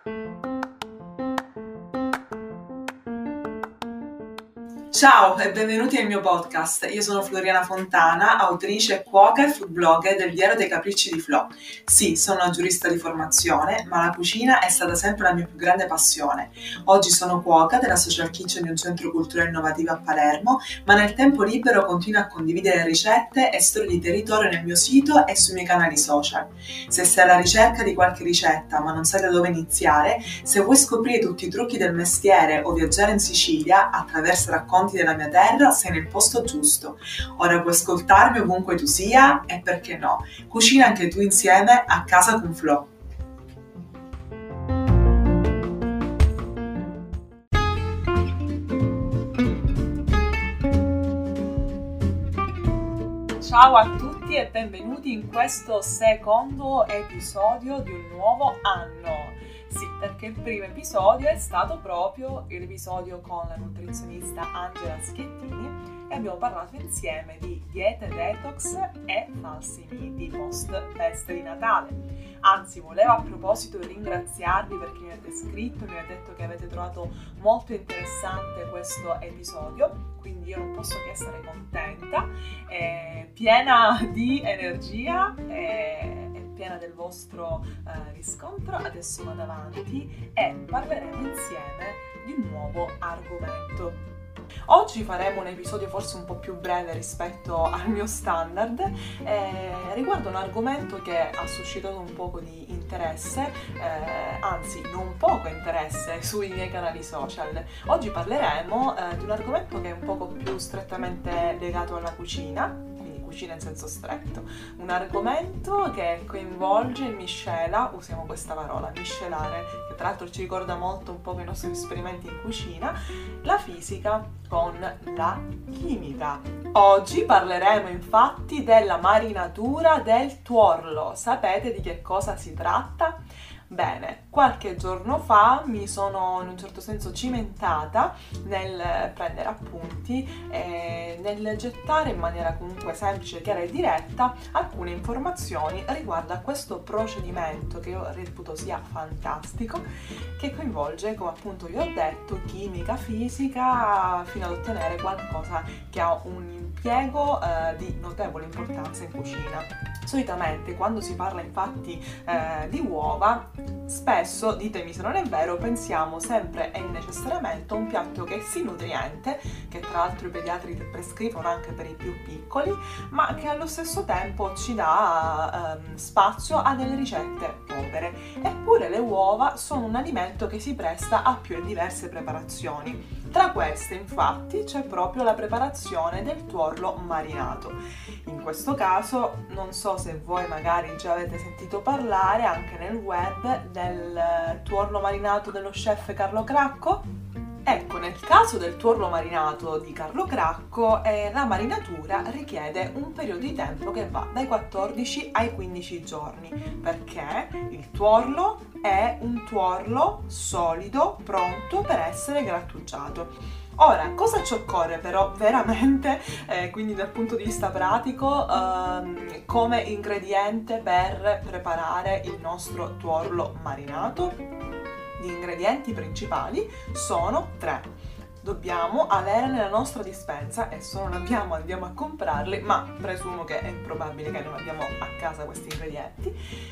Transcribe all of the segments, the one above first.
Ciao e benvenuti al mio podcast. Io sono Floriana Fontana, autrice, cuoca e food blogger del Diario dei Capricci di Flo. Sì, sono una giurista di formazione, ma la cucina è stata sempre la mia più grande passione. Oggi sono cuoca della social kitchen di un centro culturale innovativo a Palermo, ma nel tempo libero continuo a condividere ricette e storie di territorio nel mio sito e sui miei canali social. Se sei alla ricerca di qualche ricetta ma non sai da dove iniziare, se vuoi scoprire tutti i trucchi del mestiere o viaggiare in Sicilia attraverso racconti della mia terra, sei nel posto giusto. Ora puoi ascoltarmi ovunque tu sia e perché no, cucina anche tu insieme a casa con Flo. Ciao a tutti e benvenuti in questo secondo episodio di un nuovo anno. Sì, perché il primo episodio è stato proprio l'episodio con la nutrizionista Angela Schettini e abbiamo parlato insieme di diete detox e falsi miti post feste di Natale. Anzi, volevo a proposito ringraziarvi perché mi avete scritto, mi avete detto che avete trovato molto interessante questo episodio, quindi io non posso che essere contenta, piena di energia e piena del vostro riscontro. Adesso vado avanti e parleremo insieme di un nuovo argomento. Oggi faremo un episodio forse un po' più breve rispetto al mio standard, riguardo un argomento che ha suscitato un poco di interesse, anzi non poco interesse sui miei canali social. Oggi parleremo di un argomento che è un poco più strettamente legato alla cucina in senso stretto, un argomento che coinvolge e miscela, usiamo questa parola, miscelare, che tra l'altro ci ricorda molto un po' i nostri esperimenti in cucina, la fisica con la chimica. Oggi parleremo infatti della marinatura del tuorlo. Sapete di che cosa si tratta? Bene, qualche giorno fa mi sono in un certo senso cimentata nel prendere appunti e nel gettare in maniera comunque semplice, chiara e diretta alcune informazioni riguardo a questo procedimento che io reputo sia fantastico, che coinvolge, come appunto vi ho detto, chimica, fisica, fino ad ottenere qualcosa che ha un impiego di notevole importanza in cucina. Solitamente quando si parla infatti di uova, spesso, ditemi se non è vero, pensiamo sempre e necessariamente a un piatto che è sì nutriente, che tra l'altro i pediatri prescrivono anche per i più piccoli, ma che allo stesso tempo ci dà spazio a delle ricette povere. Eppure le uova sono un alimento che si presta a più e diverse preparazioni. Tra queste infatti c'è proprio la preparazione del tuorlo marinato. In questo caso non so se voi magari già avete sentito parlare anche nel web del tuorlo marinato dello chef Carlo Cracco. Ecco, nel caso del tuorlo marinato di Carlo Cracco, la marinatura richiede un periodo di tempo che va dai 14 ai 15 giorni, perché il tuorlo è un tuorlo solido, pronto per essere grattugiato. Ora, cosa ci occorre però veramente, quindi dal punto di vista pratico, come ingrediente per preparare il nostro tuorlo marinato? Gli ingredienti principali sono 3. Dobbiamo avere nella nostra dispensa, e se non abbiamo andiamo a comprarli, ma presumo che è improbabile che non abbiamo a casa questi ingredienti,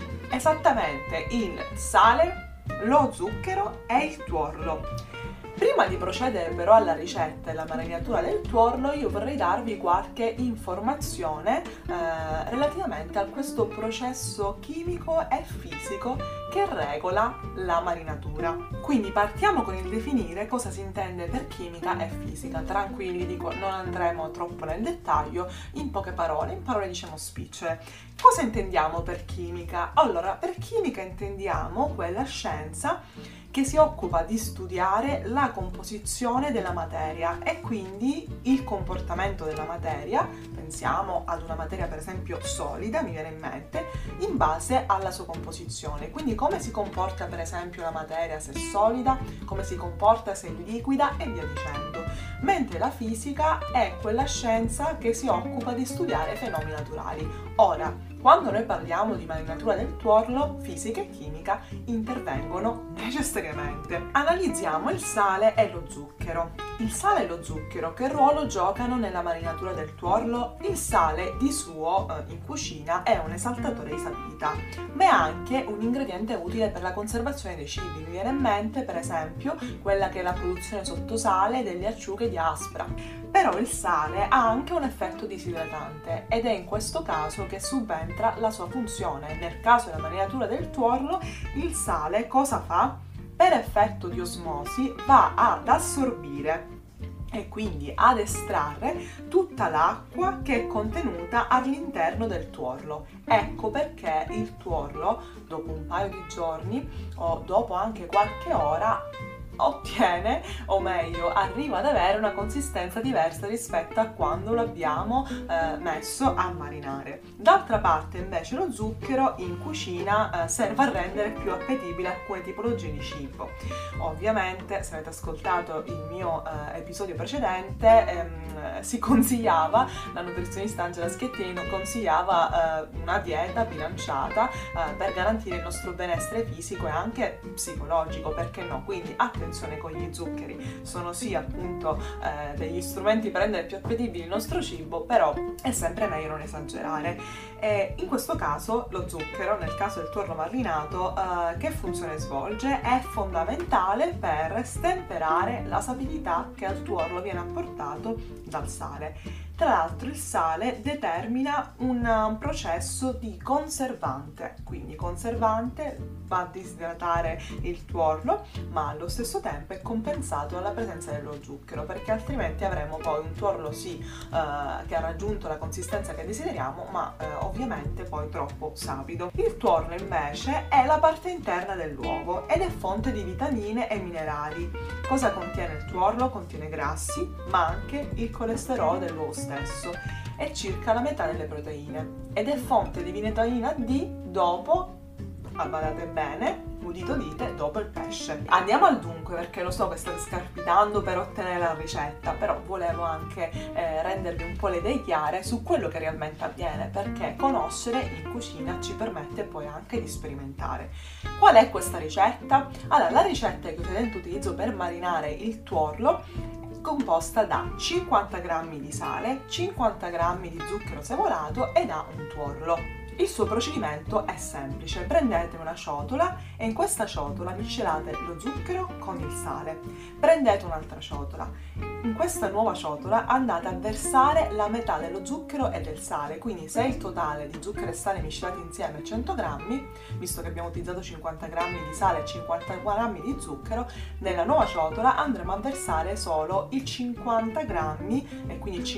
esattamente il sale, lo zucchero e il tuorlo. Prima di procedere però alla ricetta e alla marinatura del tuorlo, io vorrei darvi qualche informazione relativamente a questo processo chimico e fisico che regola la marinatura. Quindi partiamo con il definire cosa si intende per chimica e fisica. Tranquilli, dico, non andremo troppo nel dettaglio, in poche parole, in parole diciamo spicciole. Cosa intendiamo per chimica? Allora, per chimica intendiamo quella scienza che si occupa di studiare la composizione della materia e quindi il comportamento della materia, pensiamo ad una materia per esempio solida, mi viene in mente, in base alla sua composizione. Quindi come si comporta per esempio la materia se è solida, come si comporta se è liquida e via dicendo. Mentre la fisica è quella scienza che si occupa di studiare fenomeni naturali. Ora, Quando noi parliamo di marinatura del tuorlo, fisica e chimica intervengono necessariamente. Analizziamo il sale e lo zucchero. Il sale e lo zucchero che ruolo giocano nella marinatura del tuorlo? Il sale di suo in cucina è un esaltatore di sapidità, ma è anche un ingrediente utile per la conservazione dei cibi. Mi viene in mente per esempio quella che è la produzione sotto sale delle acciughe di Aspra. Però il sale ha anche un effetto disidratante ed è in questo caso che subentra la sua funzione. Nel caso della marinatura del tuorlo, il sale cosa fa? Per effetto di osmosi va ad assorbire e quindi ad estrarre tutta l'acqua che è contenuta all'interno del tuorlo. Ecco perché il tuorlo, dopo un paio di giorni o dopo anche qualche ora, ottiene, o meglio, arriva ad avere una consistenza diversa rispetto a quando lo abbiamo messo a marinare. D'altra parte invece lo zucchero in cucina serve a rendere più appetibile alcune tipologie di cibo. Ovviamente, se avete ascoltato il mio episodio precedente, si consigliava, la nutrizionista Angela Schettini consigliava una dieta bilanciata per garantire il nostro benessere fisico e anche psicologico, perché no? Quindi attenzione con gli zuccheri, sono sì appunto degli strumenti per rendere più appetibile il nostro cibo, però è sempre meglio non esagerare. E in questo caso lo zucchero, nel caso del tuorlo marinato, che funzione svolge? È fondamentale per stemperare la sapidità che al tuorlo viene apportato dal sale. Tra l'altro il sale determina un processo di conservante, quindi conservante va a disidratare il tuorlo, ma allo stesso tempo è compensato dalla presenza dello zucchero, perché altrimenti avremo poi un tuorlo sì che ha raggiunto la consistenza che desideriamo, ma ovviamente poi troppo sapido. Il tuorlo invece è la parte interna dell'uovo ed è fonte di vitamine e minerali. Cosa contiene il tuorlo? Contiene grassi, ma anche il colesterolo dell'uovo stesso e circa la metà delle proteine, ed è fonte di vitamina D dopo, badate bene, udite udite, dopo il pesce. Andiamo al dunque, perché lo so che state scarpitando per ottenere la ricetta, però volevo anche rendervi un po' le idee chiare su quello che realmente avviene, perché conoscere in cucina ci permette poi anche di sperimentare. Qual è questa ricetta? Allora, la ricetta che ovviamente utilizzo per marinare il tuorlo composta da 50 g di sale, 50 g di zucchero savolato e da un tuorlo. Il suo procedimento è semplice: prendete una ciotola e in questa ciotola miscelate lo zucchero con il sale. Prendete un'altra ciotola. In questa nuova ciotola andate a versare la metà dello zucchero e del sale, quindi se il totale di zucchero e sale miscelati insieme è 100 g, visto che abbiamo utilizzato 50 g di sale e 50 g di zucchero, nella nuova ciotola andremo a versare solo il 50 g e quindi il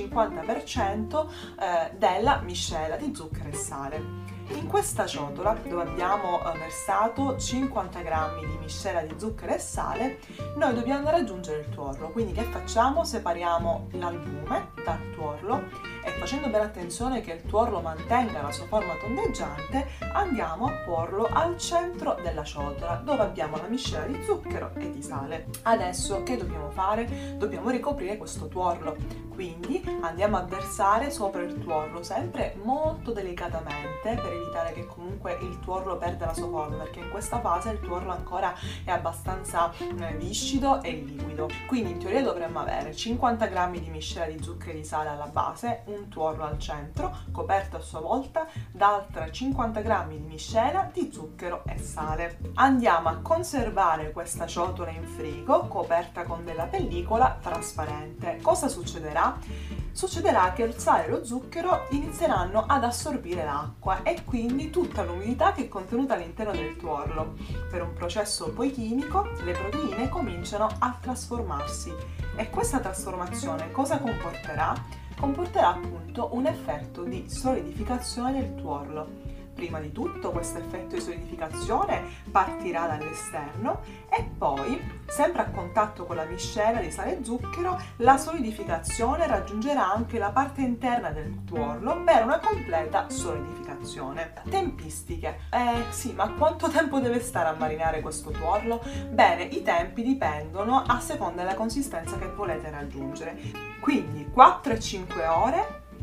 50% della miscela di zucchero e sale. In questa ciotola, dove abbiamo versato 50 g di miscela di zucchero e sale, noi dobbiamo andare ad aggiungere il tuorlo. Quindi che facciamo? Separiamo l'albume dal tuorlo e, facendo bene attenzione che il tuorlo mantenga la sua forma tondeggiante, andiamo a porlo al centro della ciotola, dove abbiamo la miscela di zucchero e di sale. Adesso che dobbiamo fare? Dobbiamo ricoprire questo tuorlo, quindi andiamo a versare sopra il tuorlo, sempre molto delicatamente, per evitare che comunque il tuorlo perda la sua forma, perché in questa fase il tuorlo ancora è abbastanza viscido e liquido. Quindi in teoria dovremmo avere 50 g di miscela di zucchero e di sale alla base, un tuorlo al centro, coperto a sua volta da altre 50 g di miscela di zucchero e sale. Andiamo a conservare questa ciotola in frigo, coperta con della pellicola trasparente. Cosa succederà? Succederà che il sale e lo zucchero inizieranno ad assorbire l'acqua e quindi tutta l'umidità che è contenuta all'interno del tuorlo. Per un processo poi chimico, le proteine cominciano a trasformarsi e questa trasformazione cosa comporterà? Comporterà appunto un effetto di solidificazione del tuorlo. Prima di tutto questo effetto di solidificazione partirà dall'esterno e poi, sempre a contatto con la miscela di sale e zucchero, la solidificazione raggiungerà anche la parte interna del tuorlo per una completa solidificazione. Tempistiche. Sì, ma quanto tempo deve stare a marinare questo tuorlo? Bene, i tempi dipendono a seconda della consistenza che volete raggiungere. Quindi 4 e 5 ore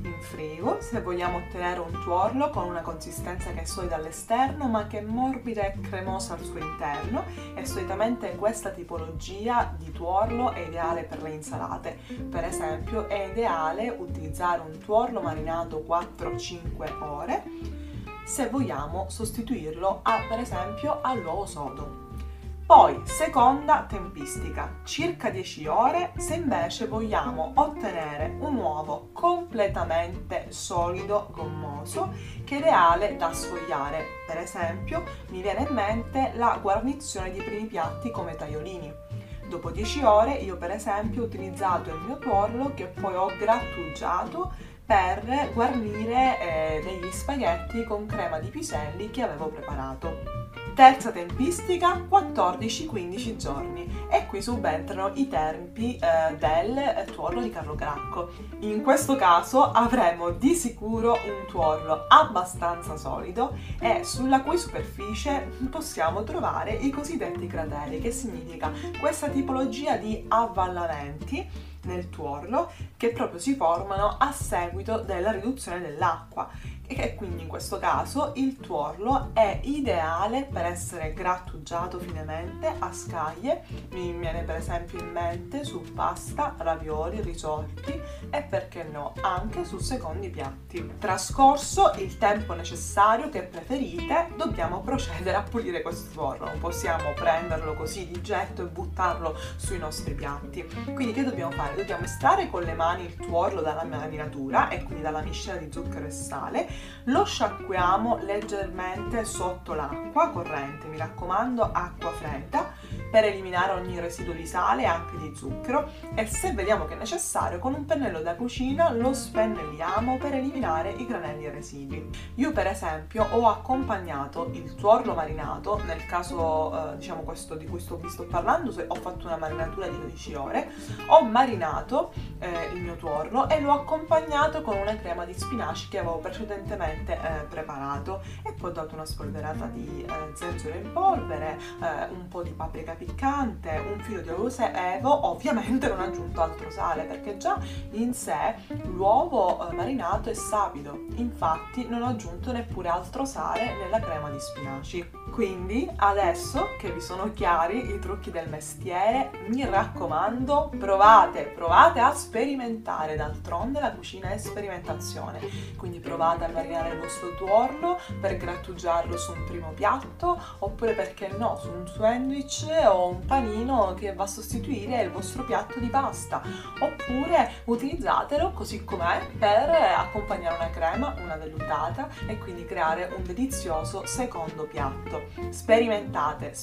in frigo se vogliamo ottenere un tuorlo con una consistenza che è solida all'esterno ma che è morbida e cremosa al suo interno, e solitamente questa tipologia di tuorlo è ideale per le insalate. Per esempio è ideale utilizzare un tuorlo marinato 4-5 ore se vogliamo sostituirlo per esempio all'uovo sodo. Poi, seconda tempistica, circa 10 ore se invece vogliamo ottenere un uovo completamente solido, gommoso, che è ideale da sfogliare. Per esempio, mi viene in mente la guarnizione di primi piatti come tagliolini. Dopo 10 ore io per esempio ho utilizzato il mio tuorlo che poi ho grattugiato per guarnire degli spaghetti con crema di piselli che avevo preparato. Terza tempistica, 14-15 giorni, e qui subentrano i tempi del tuorlo di Carlo Gracco. In questo caso avremo di sicuro un tuorlo abbastanza solido e sulla cui superficie possiamo trovare i cosiddetti crateri, che significa questa tipologia di avvallamenti nel tuorlo che proprio si formano a seguito della riduzione dell'acqua, e che quindi in questo caso il tuorlo è ideale per essere grattugiato finemente a scaglie. Mi viene per esempio in mente su pasta, ravioli, risotti e perché no anche su secondi piatti. Trascorso il tempo necessario che preferite, dobbiamo procedere a pulire questo tuorlo, non possiamo prenderlo così di getto e buttarlo sui nostri piatti. Quindi che dobbiamo fare? Dobbiamo estrarre con le mani il tuorlo dalla marinatura e quindi dalla miscela di zucchero e sale, lo sciacquiamo leggermente sotto l'acqua corrente, mi raccomando acqua fredda, per eliminare ogni residuo di sale e anche di zucchero, e se vediamo che è necessario con un pennello da cucina lo spennelliamo per eliminare i granelli e i residui. Io per esempio ho accompagnato il tuorlo marinato, nel caso diciamo questo di cui vi sto parlando, se ho fatto una marinatura di 12 ore, ho marinato il mio tuorlo e l'ho accompagnato con una crema di spinaci che avevo precedentemente preparato, e poi ho dato una spolverata di zenzero in polvere, un po' di paprika piccante, un filo di olio evo. Ovviamente non ho aggiunto altro sale perché già in sé l'uovo marinato è sapido, infatti non ho aggiunto neppure altro sale nella crema di spinaci. Quindi adesso che vi sono chiari i trucchi del mestiere, mi raccomando, provate a sperimentare, d'altronde la cucina è sperimentazione, quindi provate a marinare il vostro tuorlo per grattugiarlo su un primo piatto, oppure perché no su un sandwich o un panino che va a sostituire il vostro piatto di pasta, oppure utilizzatelo così com'è per accompagnare una crema, una vellutata, e quindi creare un delizioso secondo piatto. Sperimentate,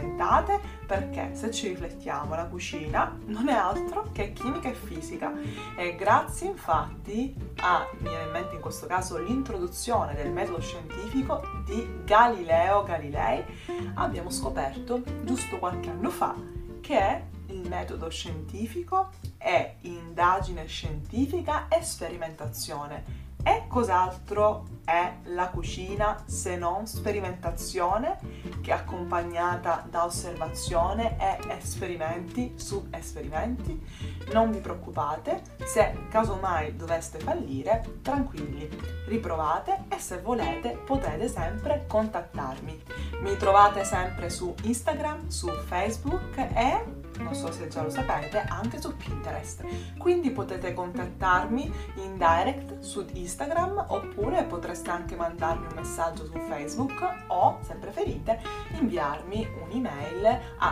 perché se ci riflettiamo la cucina non è altro che chimica e fisica, e grazie infatti mi viene in mente in questo caso l'introduzione del metodo scientifico di Galileo Galilei, abbiamo scoperto giusto qualche anno fa che il metodo scientifico è indagine scientifica e sperimentazione. E cos'altro è la cucina se non sperimentazione, che è accompagnata da osservazione e esperimenti su esperimenti? Non vi preoccupate, se casomai doveste fallire, tranquilli, riprovate e se volete potete sempre contattarmi. Mi trovate sempre su Instagram, su Facebook e, non so se già lo sapete, anche su Pinterest. Quindi potete contattarmi in direct su Instagram, oppure potreste anche mandarmi un messaggio su Facebook, o, se preferite, inviarmi un'email a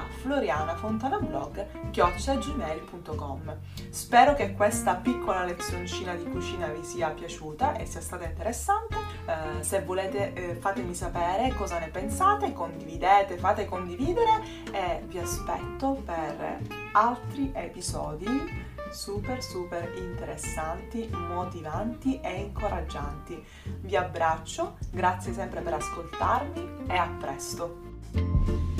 florianafontanablog@gmail.com. Spero che questa piccola lezioncina di cucina vi sia piaciuta e sia stata interessante. Se volete fatemi sapere cosa ne pensate, condividete, fate condividere, e vi aspetto per altri episodi super interessanti, motivanti e incoraggianti. Vi abbraccio, grazie sempre per ascoltarmi e a presto!